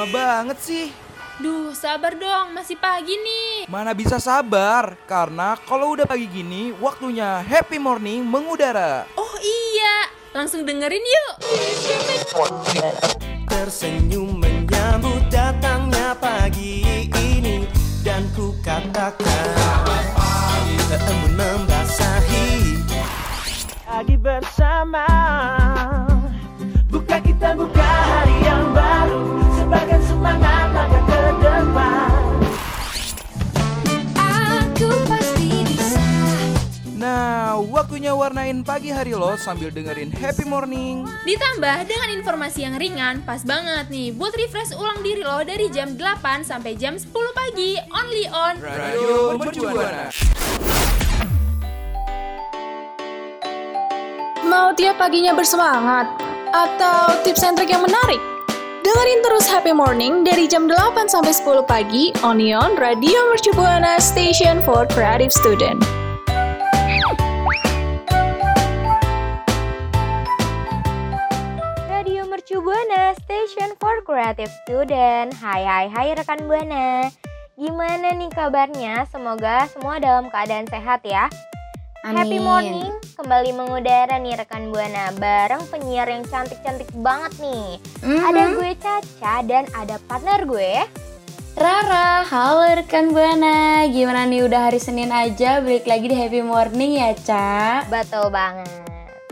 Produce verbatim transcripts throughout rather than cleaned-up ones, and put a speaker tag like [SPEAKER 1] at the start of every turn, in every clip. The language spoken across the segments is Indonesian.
[SPEAKER 1] lama banget sih?
[SPEAKER 2] Duh, sabar dong, masih pagi nih.
[SPEAKER 1] Mana bisa sabar, karena kalau udah pagi gini, waktunya Happy Morning mengudara.
[SPEAKER 2] Oh iya, langsung dengerin yuk.
[SPEAKER 3] Tersenyum menyambut datangnya pagi ini, dan ku katakan embun membasahi pagi bersama. Buka kita buka hari yang baru, sebagai semangat langkah ke depan.
[SPEAKER 2] Aku pasti bisa.
[SPEAKER 1] Nah, waktunya warnain pagi hari lo sambil dengerin Happy Morning.
[SPEAKER 2] Ditambah dengan informasi yang ringan, pas banget nih buat refresh ulang diri lo dari jam delapan sampai jam sepuluh pagi, only on
[SPEAKER 1] Radio Mercu Buana.
[SPEAKER 4] Mau tiap paginya bersemangat? Atau tips and trik yang menarik? Dengerin terus Happy Morning dari jam delapan sampai sepuluh pagi, only on Radio Mercu Buana, Station for Creative Student.
[SPEAKER 5] Radio Mercu Buana, Station for Creative Student. Hai hai hai rekan Buana. Gimana nih kabarnya? Semoga semua dalam keadaan sehat ya.
[SPEAKER 6] Amin.
[SPEAKER 5] Happy morning, kembali mengudara nih rekan Buana bareng penyiar yang cantik-cantik banget nih.
[SPEAKER 6] Mm-hmm.
[SPEAKER 5] Ada gue Caca dan ada partner gue
[SPEAKER 6] Rara. Halo rekan Buana, gimana nih udah hari Senin aja balik lagi di Happy Morning ya Ca?
[SPEAKER 5] Betul banget.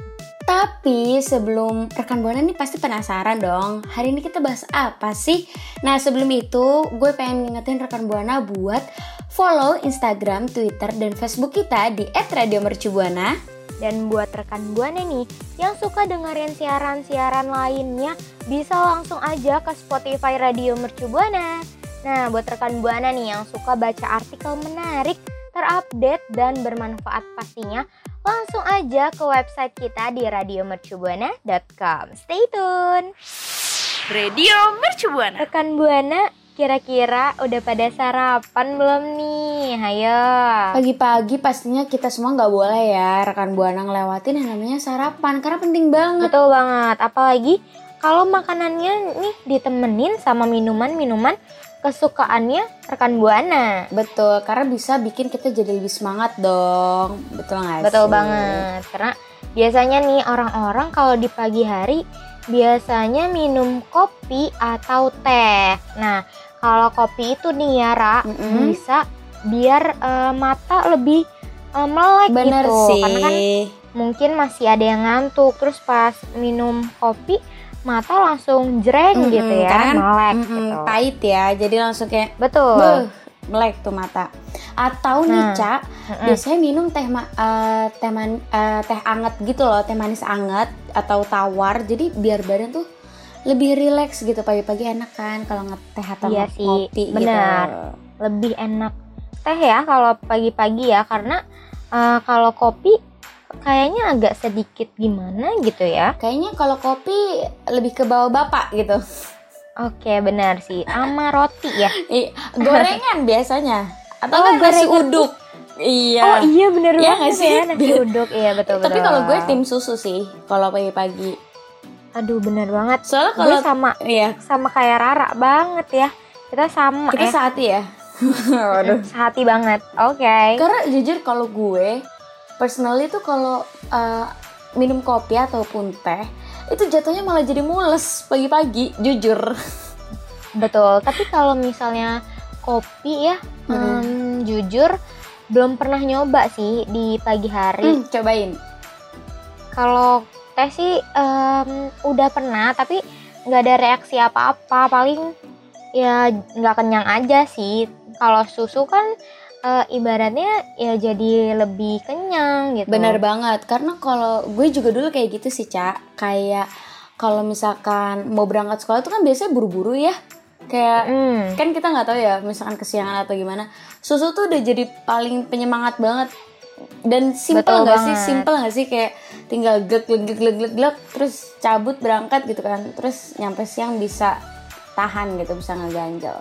[SPEAKER 6] Tapi sebelum rekan Buana nih pasti penasaran dong, hari ini kita bahas apa sih? Nah sebelum itu gue pengen ngingetin rekan Buana buat follow Instagram, Twitter, dan Facebook kita di et radio mercu buana.
[SPEAKER 5] Dan buat rekan Buana nih yang suka dengerin siaran-siaran lainnya, bisa langsung aja ke Spotify Radio Mercu Buana. Nah, buat rekan Buana nih yang suka baca artikel menarik, terupdate, dan bermanfaat pastinya, langsung aja ke website kita di radio mercu buana dot com. Stay tune!
[SPEAKER 2] Radio Mercu Buana.
[SPEAKER 5] Rekan Buana, kira-kira udah pada sarapan belum nih? Hayo.
[SPEAKER 6] Pagi-pagi pastinya kita semua gak boleh ya rekan Buana ngelewatin yang namanya sarapan, karena penting banget.
[SPEAKER 5] Betul banget, apalagi kalau makanannya nih ditemenin sama minuman-minuman kesukaannya rekan Buana.
[SPEAKER 6] Betul, karena bisa bikin kita jadi lebih semangat dong. Betul gak sih?
[SPEAKER 5] Betul banget, karena biasanya nih orang-orang kalau di pagi hari biasanya minum kopi atau teh. Nah, kalau kopi itu nih ya Ra,
[SPEAKER 6] Mm-mm.
[SPEAKER 5] bisa biar uh, mata lebih uh, melek
[SPEAKER 6] Bener
[SPEAKER 5] gitu.
[SPEAKER 6] sih.
[SPEAKER 5] Karena kan mungkin masih ada yang ngantuk, terus pas minum kopi mata langsung jreng
[SPEAKER 6] Mm-mm,
[SPEAKER 5] gitu ya,
[SPEAKER 6] kan?
[SPEAKER 5] melek
[SPEAKER 6] Mm-mm,
[SPEAKER 5] gitu.
[SPEAKER 6] pahit ya, jadi langsung kayak
[SPEAKER 5] Betul.
[SPEAKER 6] beuh, melek tuh mata. Atau nih
[SPEAKER 5] Nah,
[SPEAKER 6] Ca,
[SPEAKER 5] mm-mm.
[SPEAKER 6] biasanya minum teh ma- uh, teh, man- uh, teh anget gitu loh, teh manis anget atau tawar. Jadi biar badan tuh lebih rileks gitu, pagi-pagi enak kan kalau ngeteh atau
[SPEAKER 5] Iya
[SPEAKER 6] nge-
[SPEAKER 5] sih,
[SPEAKER 6] ngopi
[SPEAKER 5] benar.
[SPEAKER 6] gitu.
[SPEAKER 5] Lebih enak teh ya kalau pagi-pagi ya, karena uh, kalau kopi kayaknya agak sedikit gimana gitu ya.
[SPEAKER 6] Kayaknya kalau kopi lebih ke bawa bapak gitu.
[SPEAKER 5] Oke, benar sih, sama roti ya.
[SPEAKER 6] I- gorengan biasanya atau
[SPEAKER 5] Oh,
[SPEAKER 6] enggak nasi
[SPEAKER 5] gorengan.
[SPEAKER 6] uduk. Iya.
[SPEAKER 5] Oh iya bener
[SPEAKER 6] Iya
[SPEAKER 5] banget
[SPEAKER 6] nggak sih?
[SPEAKER 5] ya, nasi uduk. Iya betul-betul.
[SPEAKER 6] Tapi kalau gue tim susu sih kalau pagi-pagi.
[SPEAKER 5] Aduh bener banget.
[SPEAKER 6] Soalnya
[SPEAKER 5] Gue
[SPEAKER 6] kalau
[SPEAKER 5] sama
[SPEAKER 6] iya,
[SPEAKER 5] sama kayak Rara banget ya. Kita sama
[SPEAKER 6] kita
[SPEAKER 5] ya.
[SPEAKER 6] sehati ya. Waduh.
[SPEAKER 5] Sehati banget. Oke.
[SPEAKER 6] Karena jujur kalau gue personally tuh kalau uh, minum kopi ataupun teh itu jatuhnya malah jadi mules pagi-pagi, jujur.
[SPEAKER 5] Betul. Tapi kalau misalnya kopi ya,
[SPEAKER 6] Hmm.
[SPEAKER 5] hmm, jujur belum pernah nyoba sih di pagi hari.
[SPEAKER 6] Hmm, cobain.
[SPEAKER 5] Kalau teh sih em, udah pernah, tapi nggak ada reaksi apa-apa. Paling ya nggak kenyang aja sih. Kalau susu kan eh, ibaratnya ya jadi lebih kenyang gitu.
[SPEAKER 6] Benar banget, karena kalau gue juga dulu kayak gitu sih, Ca. Kayak kalau misalkan mau berangkat sekolah tuh kan biasanya buru-buru ya. Kayak
[SPEAKER 5] Hmm.
[SPEAKER 6] kan kita nggak tahu ya, misalkan kesiangan atau gimana. Susu tuh udah jadi paling penyemangat banget. Dan simple
[SPEAKER 5] Betul
[SPEAKER 6] nggak sih?
[SPEAKER 5] banget.
[SPEAKER 6] Simple nggak sih? Kayak tinggal glek glek glek glek glek glek, terus cabut berangkat gitu kan. Terus nyampe siang bisa tahan gitu, bisa ngeganjel.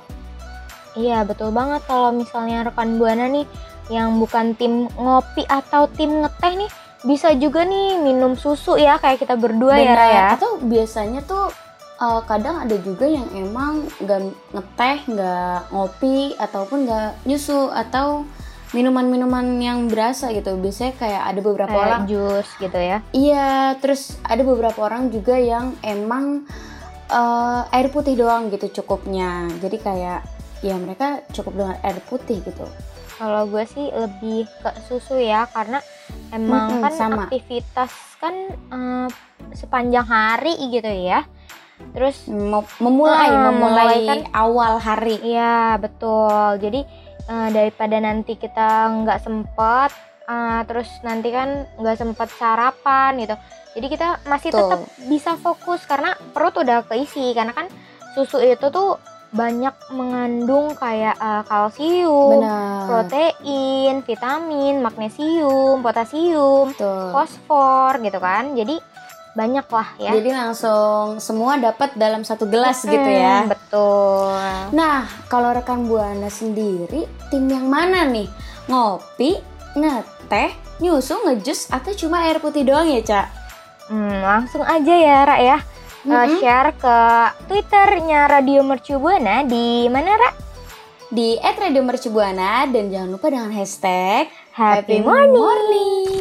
[SPEAKER 5] Iya betul banget. Kalau misalnya rekan Buana nih yang bukan tim ngopi atau tim ngeteh nih, bisa juga nih minum susu ya kayak kita berdua ya Ra ya.
[SPEAKER 6] Atau biasanya tuh uh, kadang ada juga yang emang nggak ngeteh, nggak ngopi, ataupun nggak nyusu atau minuman-minuman yang berasa gitu. Biasanya kayak ada beberapa
[SPEAKER 5] Kayak
[SPEAKER 6] orang
[SPEAKER 5] jus gitu ya.
[SPEAKER 6] Iya, terus ada beberapa orang juga yang emang uh, air putih doang gitu cukupnya. Jadi kayak ya mereka cukup dengan air putih gitu.
[SPEAKER 5] Kalau gue sih lebih ke susu ya, karena emang
[SPEAKER 6] Mm-mm,
[SPEAKER 5] kan
[SPEAKER 6] sama.
[SPEAKER 5] aktivitas kan eh, sepanjang hari gitu ya. Terus
[SPEAKER 6] Mem- memulai
[SPEAKER 5] Ah,
[SPEAKER 6] memulai
[SPEAKER 5] memulai kan.
[SPEAKER 6] awal hari.
[SPEAKER 5] iya betul. Jadi eh, daripada nanti kita nggak sempet, eh, terus nanti kan nggak sempet sarapan gitu. Jadi kita masih
[SPEAKER 6] Betul.
[SPEAKER 5] tetap bisa fokus karena perut udah keisi. Karena kan susu itu tuh banyak mengandung kayak eh, kalsium,
[SPEAKER 6] Benar.
[SPEAKER 5] protein, vitamin, magnesium, potasium,
[SPEAKER 6] Betul.
[SPEAKER 5] fosfor gitu kan. Jadi banyak lah ya.
[SPEAKER 6] Jadi langsung semua dapat dalam satu gelas gitu
[SPEAKER 5] Hmm,
[SPEAKER 6] ya.
[SPEAKER 5] betul.
[SPEAKER 6] Nah, kalau rekan Buana sendiri tim yang mana nih? Ngopi, ngeteh, nyusu, ngejus, atau cuma air putih doang ya, Cak?
[SPEAKER 5] Hmm, langsung aja ya Ra ya. Eh,
[SPEAKER 6] Mm-mm.
[SPEAKER 5] share ke Twitternya Radio Mercu Buana di mana Ra?
[SPEAKER 6] Di et radio mercu buana dan jangan lupa dengan hashtag
[SPEAKER 5] Happy morning.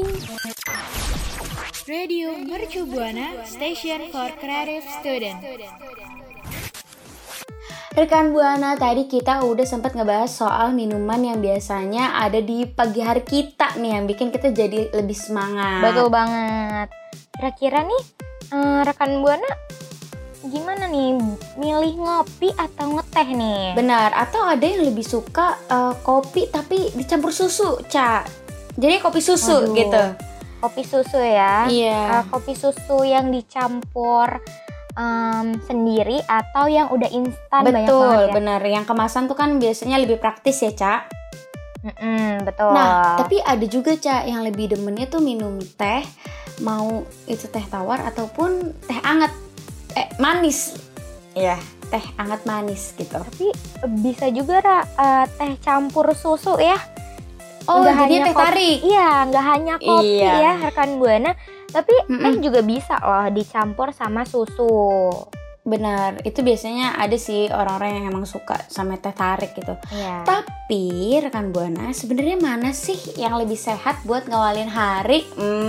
[SPEAKER 2] Radio Mercu Buana, Station for Creative Student.
[SPEAKER 6] Rekan Buana, tadi kita udah sempat ngebahas soal minuman yang biasanya ada di pagi hari kita nih, yang bikin kita jadi lebih semangat.
[SPEAKER 5] Betul banget. Kira-kira nih eh, rekan Buana gimana nih, milih ngopi atau ngeteh nih?
[SPEAKER 6] Benar, atau ada yang lebih suka eh, kopi tapi dicampur susu, Cak. Jadi kopi susu
[SPEAKER 5] Waduh.
[SPEAKER 6] gitu.
[SPEAKER 5] Kopi susu ya.
[SPEAKER 6] Iya.
[SPEAKER 5] Eh, kopi susu yang dicampur em, sendiri atau yang udah instan banyak
[SPEAKER 6] Betul,
[SPEAKER 5] banget ya.
[SPEAKER 6] benar. Yang kemasan tuh kan biasanya lebih praktis ya, Cak.
[SPEAKER 5] Mm-mm, betul.
[SPEAKER 6] Nah, tapi ada juga, Cak, yang lebih demennya tuh minum teh, mau itu teh tawar ataupun teh anget, eh manis, ya teh anget manis gitu.
[SPEAKER 5] Tapi bisa juga Ra, eh, teh campur susu ya.
[SPEAKER 6] Oh,
[SPEAKER 5] Nggak
[SPEAKER 6] jadi
[SPEAKER 5] hanya
[SPEAKER 6] teh
[SPEAKER 5] kopi.
[SPEAKER 6] tarik.
[SPEAKER 5] Iya, nggak hanya kopi
[SPEAKER 6] Iya.
[SPEAKER 5] ya rekan Buana, tapi
[SPEAKER 6] Mm-mm.
[SPEAKER 5] teh juga bisa loh dicampur sama susu.
[SPEAKER 6] Benar, itu biasanya ada sih orang-orang yang emang suka sama teh tarik gitu.
[SPEAKER 5] Iya.
[SPEAKER 6] Tapi rekan Buana, sebenarnya mana sih yang lebih sehat buat ngawalin hari?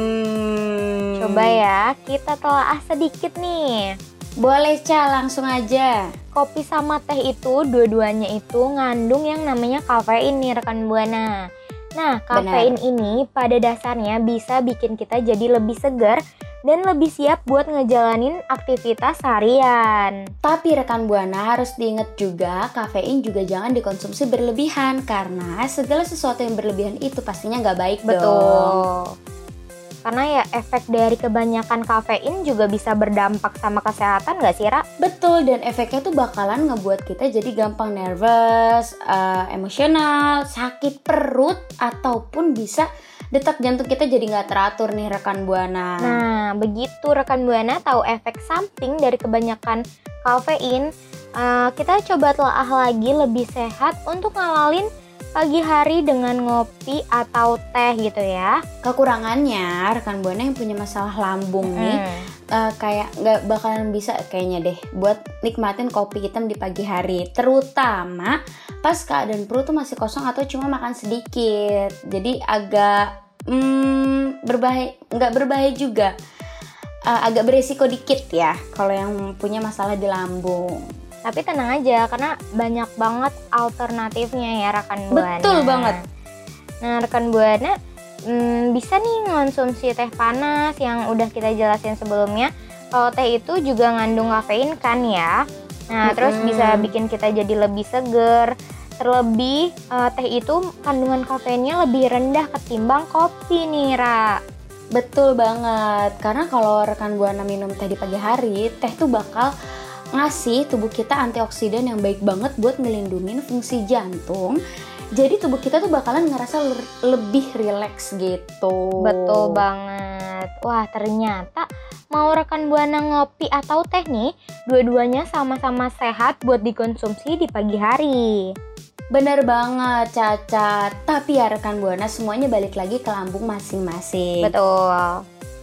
[SPEAKER 6] Hmm.
[SPEAKER 5] Coba ya, kita telaah sedikit nih.
[SPEAKER 6] Boleh, Cak, langsung aja.
[SPEAKER 5] Kopi sama teh itu dua-duanya itu ngandung yang namanya kafein nih rekan Buana. Nah, kafein ini pada dasarnya bisa bikin kita jadi lebih segar dan lebih siap buat ngejalanin aktivitas harian.
[SPEAKER 6] Tapi rekan Buana harus diingat juga, kafein juga jangan dikonsumsi berlebihan karena segala sesuatu yang berlebihan itu pastinya nggak baik dong.
[SPEAKER 5] Betul. Karena ya efek dari kebanyakan kafein juga bisa berdampak sama kesehatan nggak sih, Ra?
[SPEAKER 6] Betul, dan efeknya tuh bakalan ngebuat kita jadi gampang nervous, eh, emosional, sakit perut, ataupun bisa detak jantung kita jadi nggak teratur nih rekan Buana.
[SPEAKER 5] Nah, begitu rekan Buana tahu efek samping dari kebanyakan kafein, eh, kita coba telaah lagi lebih sehat untuk ngalalin pagi hari dengan ngopi atau teh gitu ya.
[SPEAKER 6] Kekurangannya rekan Buana yang punya masalah lambung nih, eh, kayak nggak bakalan bisa kayaknya deh buat nikmatin kopi hitam di pagi hari, terutama pas keadaan perut tuh masih kosong atau cuma makan sedikit. Jadi agak hmm, berbahaya, nggak berbahaya juga, Eh, agak beresiko dikit ya kalau yang punya masalah di lambung.
[SPEAKER 5] Tapi tenang aja, karena banyak banget alternatifnya ya rekan Buana.
[SPEAKER 6] Betul banget.
[SPEAKER 5] Nah rekan Buana hmm, bisa nih ngonsumsi teh panas yang udah kita jelasin sebelumnya. Kalau teh itu juga ngandung kafein kan ya. Nah terus
[SPEAKER 6] Mm-mm.
[SPEAKER 5] bisa bikin kita jadi lebih seger. Terlebih eh, teh itu kandungan kafeinnya lebih rendah ketimbang kopi nih Ra.
[SPEAKER 6] Betul banget, karena kalau rekan Buana minum teh di pagi hari, teh tuh bakal ngasih tubuh kita antioksidan yang baik banget buat ngelindungin fungsi jantung. Jadi tubuh kita tuh bakalan ngerasa le- lebih rileks gitu.
[SPEAKER 5] Betul banget. Wah ternyata mau rekan Buana ngopi atau teh nih, dua-duanya sama-sama sehat buat dikonsumsi di pagi hari.
[SPEAKER 6] Bener banget, Caca. Tapi ya rekan Buana, semuanya balik lagi ke lambung masing-masing.
[SPEAKER 5] Betul.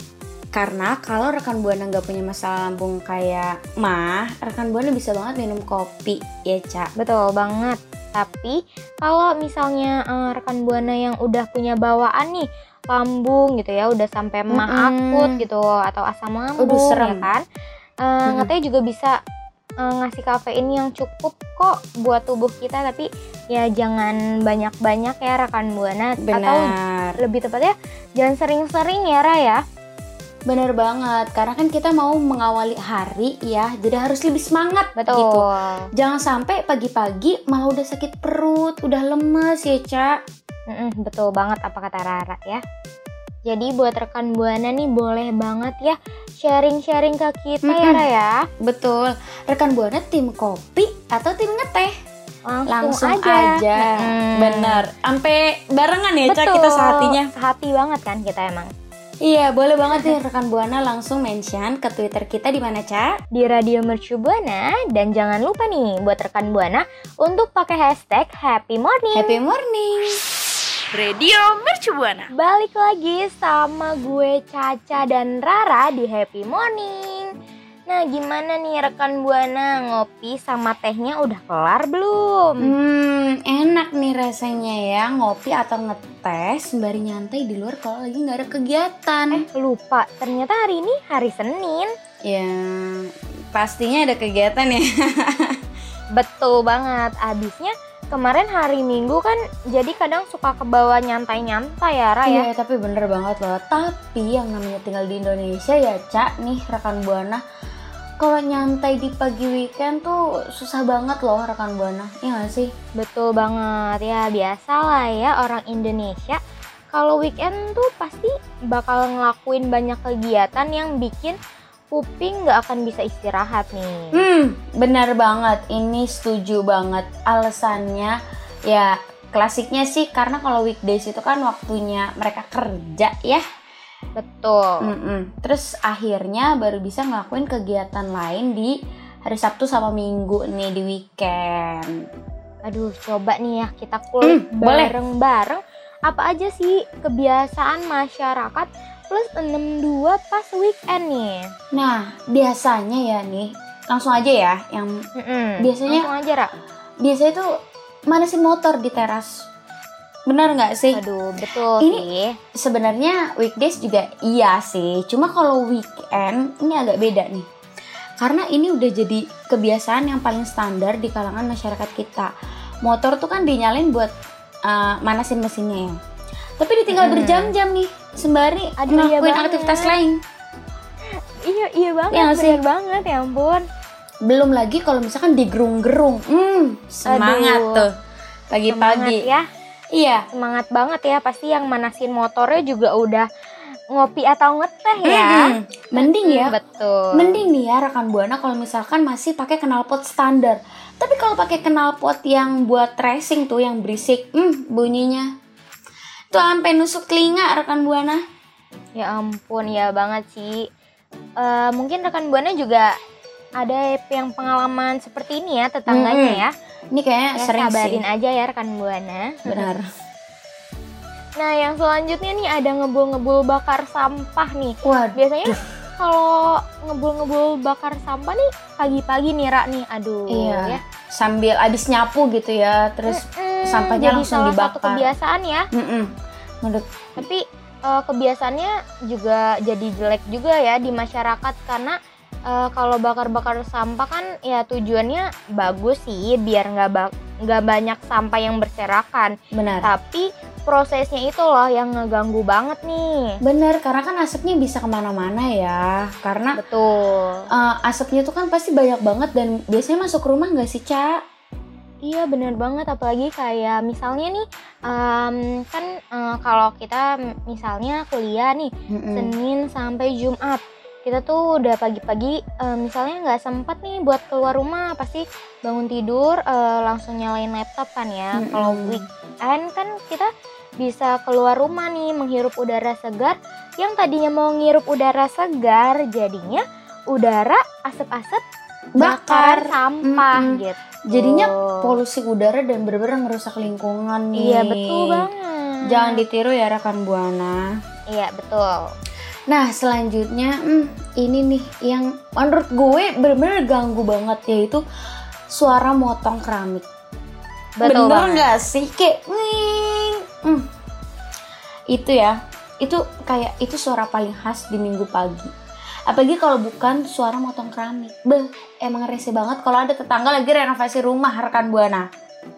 [SPEAKER 6] Karena kalau rekan Buana nggak punya masalah lambung kayak mah, rekan Buana bisa banget minum kopi ya Ca.
[SPEAKER 5] Betul banget. Tapi kalau misalnya uh, rekan Buana yang udah punya bawaan nih lambung gitu ya, udah sampai mah
[SPEAKER 6] Mm-mm.
[SPEAKER 5] akut gitu atau asam lambung
[SPEAKER 6] Aduh, serem.
[SPEAKER 5] ya kan, uh, ngeteh juga bisa uh, ngasih kafein yang cukup kok buat tubuh kita, tapi ya jangan banyak-banyak ya rekan Buana. Atau
[SPEAKER 6] Benar.
[SPEAKER 5] lebih tepatnya jangan sering-sering ya Ra ya.
[SPEAKER 6] Bener banget, karena kan kita mau mengawali hari ya, jadi harus lebih semangat
[SPEAKER 5] Betul.
[SPEAKER 6] gitu. Jangan sampai pagi-pagi malah udah sakit perut, udah lemes ya Ca.
[SPEAKER 5] Mm-mm, betul banget apa kata Rara ya. Jadi buat rekan Buana nih boleh banget ya sharing-sharing ke kita ya
[SPEAKER 6] Mm-mm.
[SPEAKER 5] Ra ya.
[SPEAKER 6] Betul, rekan Buana tim kopi atau tim ngeteh?
[SPEAKER 5] Langsung,
[SPEAKER 6] Langsung
[SPEAKER 5] aja.
[SPEAKER 6] aja,
[SPEAKER 5] Mm-mm.
[SPEAKER 6] bener. Sampai barengan ya Ca
[SPEAKER 5] Betul.
[SPEAKER 6] kita sehatinya.
[SPEAKER 5] Sehati banget kan kita emang.
[SPEAKER 6] Iya, boleh banget nih rekan Buana langsung mention ke Twitter kita di mana Ca?
[SPEAKER 5] Di Radio Mercu Buana, dan jangan lupa nih buat rekan Buana untuk pakai hashtag Happy Morning.
[SPEAKER 6] Happy morning.
[SPEAKER 4] Radio Mercu Buana.
[SPEAKER 5] Balik lagi sama gue Caca dan Rara di Happy Morning. Nah, gimana nih rekan Buana, ngopi sama tehnya udah kelar belum?
[SPEAKER 6] Hmm, enak nih rasanya ya ngopi atau ngeteh sembari nyantai di luar kalau lagi nggak ada kegiatan.
[SPEAKER 5] Eh, lupa, ternyata hari ini hari Senin.
[SPEAKER 6] Ya, pastinya ada kegiatan ya.
[SPEAKER 5] Betul banget, abisnya kemarin hari Minggu kan jadi kadang suka kebawa nyantai-nyantai ya Ra ya.
[SPEAKER 6] Iya, tapi bener banget loh. Tapi yang namanya tinggal di Indonesia ya Ca, nih rekan Buana, kalau nyantai di pagi weekend tuh susah banget loh rekan Buana, iya gak sih?
[SPEAKER 5] Betul banget, ya biasa lah ya orang Indonesia kalau weekend tuh pasti bakal ngelakuin banyak kegiatan yang bikin kuping gak akan bisa istirahat nih.
[SPEAKER 6] Hmm, benar banget, ini setuju banget. Alasannya ya klasiknya sih karena kalau weekdays itu kan waktunya mereka kerja ya.
[SPEAKER 5] Betul.
[SPEAKER 6] Mm-mm. Terus akhirnya baru bisa ngelakuin kegiatan lain di hari Sabtu sama Minggu nih di weekend.
[SPEAKER 5] Aduh, coba nih ya kita kulik
[SPEAKER 6] Hmm, boleh.
[SPEAKER 5] bareng-bareng apa aja sih kebiasaan masyarakat plus enam dua pas weekend nih.
[SPEAKER 6] Nah, biasanya ya nih, langsung aja ya yang
[SPEAKER 5] Mm-mm.
[SPEAKER 6] Biasanya-
[SPEAKER 5] Langsung aja Ra.
[SPEAKER 6] biasanya tuh manasin motor di teras. Benar nggak sih?
[SPEAKER 5] Aduh, betul
[SPEAKER 6] Ini-
[SPEAKER 5] sih.
[SPEAKER 6] Sebenarnya weekdays juga iya sih, cuma kalau weekend ini agak beda nih. Karena ini udah jadi kebiasaan yang paling standar di kalangan masyarakat kita. Motor tuh kan dinyalain buat uh, manasin mesinnya ya. Tapi ditinggal
[SPEAKER 5] Hmm.
[SPEAKER 6] berjam-jam nih, sembari
[SPEAKER 5] Aduh, iya
[SPEAKER 6] ngelakuin
[SPEAKER 5] banget.
[SPEAKER 6] aktivitas lain.
[SPEAKER 5] Iya, iya banget,
[SPEAKER 6] Iya nggak sih?
[SPEAKER 5] bener banget ya ampun.
[SPEAKER 6] Belum lagi kalau misalkan digerung-gerung, hmm, semangat
[SPEAKER 5] Aduh.
[SPEAKER 6] tuh pagi-pagi.
[SPEAKER 5] Semangat ya,
[SPEAKER 6] Iya.
[SPEAKER 5] semangat banget ya. Pasti yang manasin motornya juga udah ngopi atau ngeteh ya.
[SPEAKER 6] Mm-mm. Mending ya,
[SPEAKER 5] Hmm, betul.
[SPEAKER 6] mending nih ya rekan Buana kalau misalkan masih pakai knalpot standar. Tapi kalau pakai knalpot yang buat racing tuh yang berisik, hmm, bunyinya tuh sampai nusuk telinga rekan Buana.
[SPEAKER 5] Ya ampun, ya banget sih. Eh, mungkin rekan Buana juga ada yang pengalaman seperti ini ya tetangganya
[SPEAKER 6] Mm-mm.
[SPEAKER 5] ya.
[SPEAKER 6] Ini kayaknya
[SPEAKER 5] Ya
[SPEAKER 6] sering
[SPEAKER 5] sabarin
[SPEAKER 6] sih.
[SPEAKER 5] aja ya rekan Buana.
[SPEAKER 6] Benar.
[SPEAKER 5] Nah, yang selanjutnya nih ada ngebul-ngebul bakar sampah nih.
[SPEAKER 6] Waduh.
[SPEAKER 5] Biasanya kalau ngebul-ngebul bakar sampah nih pagi-pagi nih Ra nih. Aduh
[SPEAKER 6] Iya.
[SPEAKER 5] ya.
[SPEAKER 6] Sambil abis nyapu gitu ya, terus
[SPEAKER 5] Mm-mm,
[SPEAKER 6] sampahnya
[SPEAKER 5] jadi
[SPEAKER 6] langsung
[SPEAKER 5] salah
[SPEAKER 6] dibakar.
[SPEAKER 5] satu kebiasaan ya.
[SPEAKER 6] Mm-mm. Menurut
[SPEAKER 5] Tapi eh, kebiasaannya juga jadi jelek juga ya di masyarakat karena eh, kalau bakar-bakar sampah kan ya tujuannya bagus sih biar nggak ba- nggak banyak sampah yang berserakan.
[SPEAKER 6] benar.
[SPEAKER 5] Tapi prosesnya itu loh yang ngeganggu banget nih.
[SPEAKER 6] Bener, karena kan asapnya bisa kemana-mana ya. Karena
[SPEAKER 5] Betul.
[SPEAKER 6] uh, asapnya tuh kan pasti banyak banget dan biasanya masuk rumah nggak sih, Ca?
[SPEAKER 5] Iya bener banget, apalagi kayak misalnya nih em, kan eh, kalau kita misalnya kuliah nih
[SPEAKER 6] Mm-mm.
[SPEAKER 5] Senin sampai Jumat, kita tuh udah pagi-pagi eh, misalnya nggak sempat nih buat keluar rumah, pasti bangun tidur eh, langsung nyalain laptop kan ya.
[SPEAKER 6] Mm-mm.
[SPEAKER 5] Kalau weekend kan kita bisa keluar rumah nih menghirup udara segar, yang tadinya mau ngirup udara segar jadinya udara asap-asap
[SPEAKER 6] Bakar.
[SPEAKER 5] sampah
[SPEAKER 6] Mm-mm.
[SPEAKER 5] gitu.
[SPEAKER 6] Jadinya polusi udara dan bener-bener ngerusak lingkungan nih.
[SPEAKER 5] Iya betul banget.
[SPEAKER 6] Jangan ditiru ya rekan Buana.
[SPEAKER 5] Iya betul.
[SPEAKER 6] Nah selanjutnya hmm, ini nih yang menurut gue bener-bener ganggu banget, yaitu suara motong keramik.
[SPEAKER 5] Betul
[SPEAKER 6] Bener
[SPEAKER 5] banget.
[SPEAKER 6] nggak sih kayak wing, hmm. Itu ya, itu kayak itu suara paling khas di minggu pagi. Apalagi kalau bukan suara motong keramik. Beh, emang rese banget kalau ada tetangga lagi renovasi rumah rekan Buana.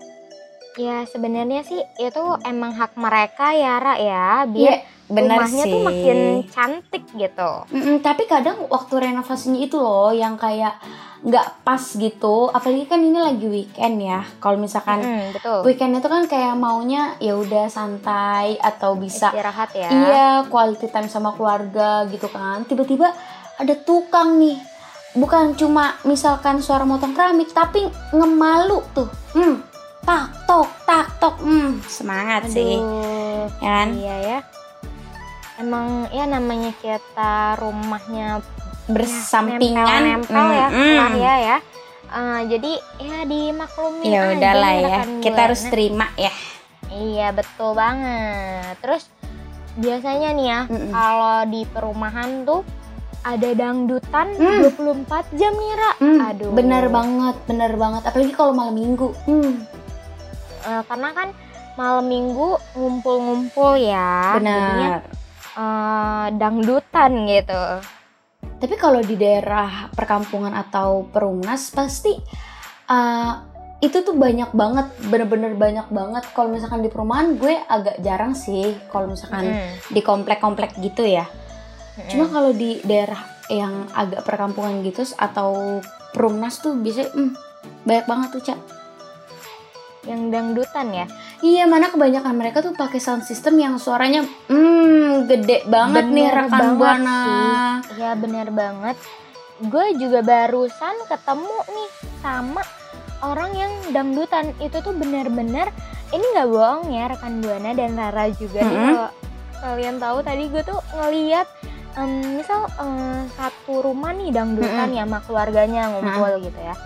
[SPEAKER 5] Ya sebenarnya sih itu emang hak mereka ya Ra ya, biar
[SPEAKER 6] Iya, bener
[SPEAKER 5] rumahnya
[SPEAKER 6] sih.
[SPEAKER 5] tuh makin cantik gitu.
[SPEAKER 6] Mm-mm, tapi kadang waktu renovasinya itu loh yang kayak nggak pas gitu. Apalagi kan ini lagi weekend ya. Kalau misalkan
[SPEAKER 5] Mm, betul.
[SPEAKER 6] weekend itu kan kayak maunya ya udah santai atau bisa
[SPEAKER 5] Istirahat ya.
[SPEAKER 6] iya quality time sama keluarga gitu kan. Tiba-tiba ada tukang nih, bukan cuma misalkan suara motong keramik, tapi ngemalu tuh. Hmm, tak tok tak tok. Hmm, semangat sih,
[SPEAKER 5] Aduh,
[SPEAKER 6] ya kan?
[SPEAKER 5] iya ya. Emang ya namanya kita rumahnya
[SPEAKER 6] Bersampingan,
[SPEAKER 5] nempel ya,
[SPEAKER 6] Mm-mm.
[SPEAKER 5] lah ya ya. Eh, jadi ya dimaklumin
[SPEAKER 6] Ya
[SPEAKER 5] aja
[SPEAKER 6] udahlah
[SPEAKER 5] nih
[SPEAKER 6] ya,
[SPEAKER 5] rekan
[SPEAKER 6] kita
[SPEAKER 5] Buana.
[SPEAKER 6] harus terima ya.
[SPEAKER 5] Iya betul banget. Terus biasanya nih ya
[SPEAKER 6] Mm-mm.
[SPEAKER 5] kalau di perumahan tuh ada dangdutan
[SPEAKER 6] Mm.
[SPEAKER 5] dua puluh empat jam nih Ra.
[SPEAKER 6] Hmm,
[SPEAKER 5] Aduh.
[SPEAKER 6] bener banget, bener banget. Apalagi kalau malam minggu. Hmm,
[SPEAKER 5] Eh, karena kan malam minggu ngumpul-ngumpul ya. Jadinya
[SPEAKER 6] benar.
[SPEAKER 5] eh, dangdutan gitu.
[SPEAKER 6] Tapi kalau di daerah perkampungan atau perumnas pasti uh, itu tuh banyak banget, bener-bener banyak banget. Kalau misalkan di perumahan gue agak jarang sih. Kalau misalkan
[SPEAKER 5] Mm.
[SPEAKER 6] di komplek-komplek gitu ya. Cuma kalau di daerah yang agak perkampungan gitu atau perumnas tuh biasanya hmm, banyak banget tuh Cak.
[SPEAKER 5] Yang dangdutan ya.
[SPEAKER 6] Iya, mana kebanyakan mereka tuh pakai sound system yang suaranya hmm gede banget nih
[SPEAKER 5] Bener
[SPEAKER 6] rekan
[SPEAKER 5] banget
[SPEAKER 6] Buana.
[SPEAKER 5] sih. Ya bener banget. Gue juga barusan ketemu nih sama orang yang dangdutan. Itu tuh bener-bener, ini gak bohong ya rekan Buana dan Rara juga nih.
[SPEAKER 6] Mm-hmm.
[SPEAKER 5] Kalau kalian tahu tadi gue tuh ngeliat em, misal em, satu rumah nih dangdutan ya sama keluarganya ngumpul gitu ya.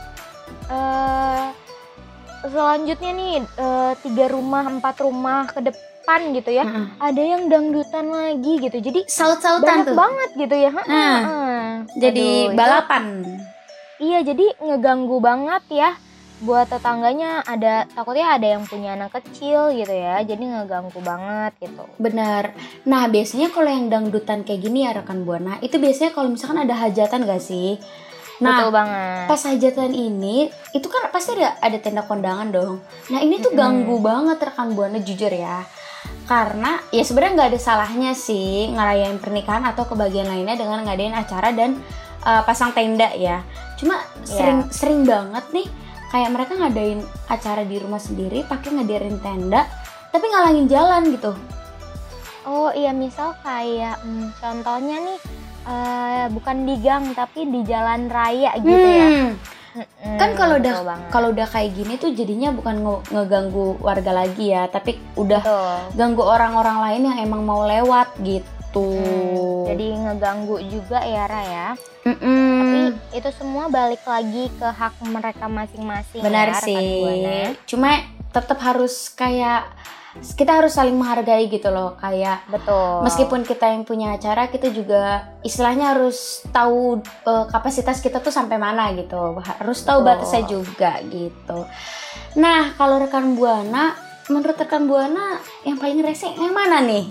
[SPEAKER 5] Eh selanjutnya nih eh, tiga rumah, empat rumah ke depan gitu ya.
[SPEAKER 6] Mm-mm.
[SPEAKER 5] Ada yang dangdutan lagi gitu. Jadi
[SPEAKER 6] Saut-sautan
[SPEAKER 5] banyak
[SPEAKER 6] tuh.
[SPEAKER 5] banget gitu ya. Ha,
[SPEAKER 6] Nah,
[SPEAKER 5] ha.
[SPEAKER 6] Jadi
[SPEAKER 5] Aduh, itu-
[SPEAKER 6] balapan.
[SPEAKER 5] Iya, jadi ngeganggu banget ya. Buat tetangganya ada, takutnya ada yang punya anak kecil gitu ya. Jadi ngeganggu banget gitu.
[SPEAKER 6] Benar. Nah, biasanya kalau yang dangdutan kayak gini ya rekan Buana, itu biasanya kalau misalkan ada hajatan gak sih? Nah,
[SPEAKER 5] Betul banget.
[SPEAKER 6] pas hajatan ini, itu kan pasti ada, ada tenda kondangan dong. Nah, ini tuh ganggu banget rekan Buana, jujur ya. Karena ya sebenarnya nggak ada salahnya sih ngerayain pernikahan atau kebagian lainnya dengan ngadain acara dan uh, pasang tenda ya. Cuma sering sering banget nih kayak mereka ngadain acara di rumah sendiri pakai ngadirin tenda tapi ngalangin jalan gitu.
[SPEAKER 5] Oh iya, misal kayak hmm, contohnya nih eh, bukan di gang tapi di jalan raya gitu ya.
[SPEAKER 6] Hmm.
[SPEAKER 5] Mm-mm,
[SPEAKER 6] Kan kalau
[SPEAKER 5] betul
[SPEAKER 6] udah
[SPEAKER 5] banget.
[SPEAKER 6] kalau udah kayak gini tuh jadinya bukan nge- ngeganggu warga lagi ya, tapi udah
[SPEAKER 5] Betul.
[SPEAKER 6] ganggu orang-orang lain yang emang mau lewat gitu.
[SPEAKER 5] Hmm, jadi ngeganggu juga ya Ra ya.
[SPEAKER 6] Mm-mm.
[SPEAKER 5] Tapi itu semua balik lagi ke hak mereka masing-masing.
[SPEAKER 6] Benar
[SPEAKER 5] ya, rekan
[SPEAKER 6] sih.
[SPEAKER 5] Buana.
[SPEAKER 6] Cuma tetap harus kayak kita harus saling menghargai gitu loh, kayak
[SPEAKER 5] Betul.
[SPEAKER 6] meskipun kita yang punya acara, kita juga istilahnya harus tahu uh, kapasitas kita tuh sampai mana gitu. Harus tahu
[SPEAKER 5] Betul.
[SPEAKER 6] batasnya juga gitu. Nah, kalau rekan Buana, menurut rekan Buana yang paling rese yang mana nih?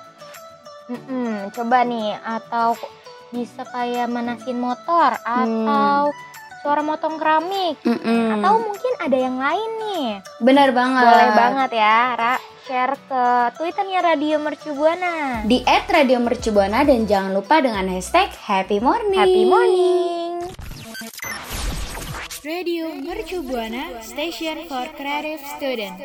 [SPEAKER 5] Mm-mm, coba nih, atau bisa kayak manasin motor atau suara motong keramik,
[SPEAKER 6] Mm-mm.
[SPEAKER 5] atau mungkin ada yang lain nih.
[SPEAKER 6] Benar banget.
[SPEAKER 5] Boleh banget ya, Ra, share ke Twitternya Radio Mercu Buana.
[SPEAKER 6] Di et radio mercubuana dan jangan lupa dengan hashtag Happy Morning.
[SPEAKER 5] Happy morning.
[SPEAKER 2] Radio Mercu Buana, Station for Creative Student.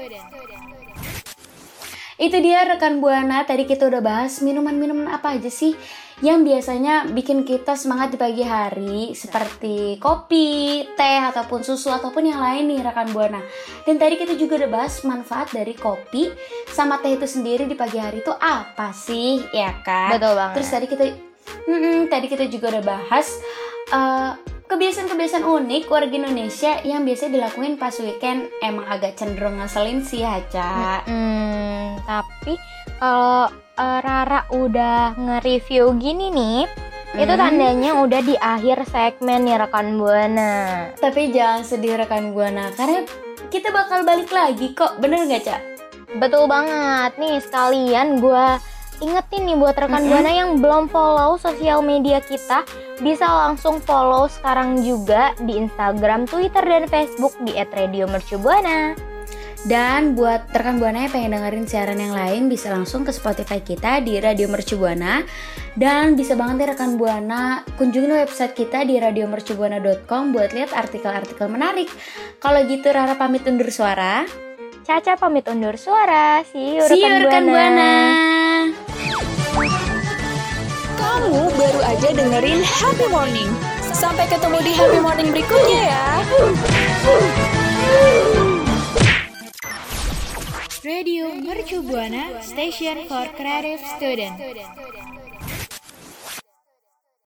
[SPEAKER 6] Itu dia rekan Buana, tadi kita udah bahas minuman-minuman apa aja sih yang biasanya bikin kita semangat di pagi hari, seperti kopi, teh, ataupun susu, ataupun yang lain nih rekan Buana. Dan tadi kita juga udah bahas manfaat dari kopi sama teh itu sendiri di pagi hari itu apa sih, ya kan?
[SPEAKER 5] Betul banget.
[SPEAKER 6] Terus tadi kita, mm-mm, tadi kita juga udah bahas uh, kebiasaan-kebiasaan unik warga Indonesia yang biasanya dilakuin pas weekend. Emang agak cenderung ngeselin sih, Haca.
[SPEAKER 5] Hmm, tapi kalau uh, Rara udah nge-review gini nih,
[SPEAKER 6] Hmm.
[SPEAKER 5] itu tandanya udah di akhir segmen nih rekan Buana.
[SPEAKER 6] Tapi jangan sedih rekan Buana, karena kita bakal balik lagi kok, bener gak Ca?
[SPEAKER 5] Betul banget nih, sekalian gue ingetin nih buat rekan
[SPEAKER 6] Mm-mm.
[SPEAKER 5] Buana yang belum follow sosial media kita, bisa langsung follow sekarang juga di Instagram, Twitter, dan Facebook di et radio mercubuana.
[SPEAKER 6] Dan buat rekan Buana yang pengen dengerin siaran yang lain, bisa langsung ke Spotify kita di Radio Mercu Buana. Dan bisa banget nih rekan Buana kunjungin website kita di radio mercubuana dot com buat lihat artikel-artikel menarik. Kalau gitu Rara pamit undur suara.
[SPEAKER 5] Caca pamit undur suara. See you,
[SPEAKER 6] See you
[SPEAKER 5] rekan
[SPEAKER 6] rekan Buana.
[SPEAKER 4] Kamu baru aja dengerin Happy Morning. Sampai ketemu di Happy Morning berikutnya ya.
[SPEAKER 2] Radio Mercu Buana, Station for Creative Student.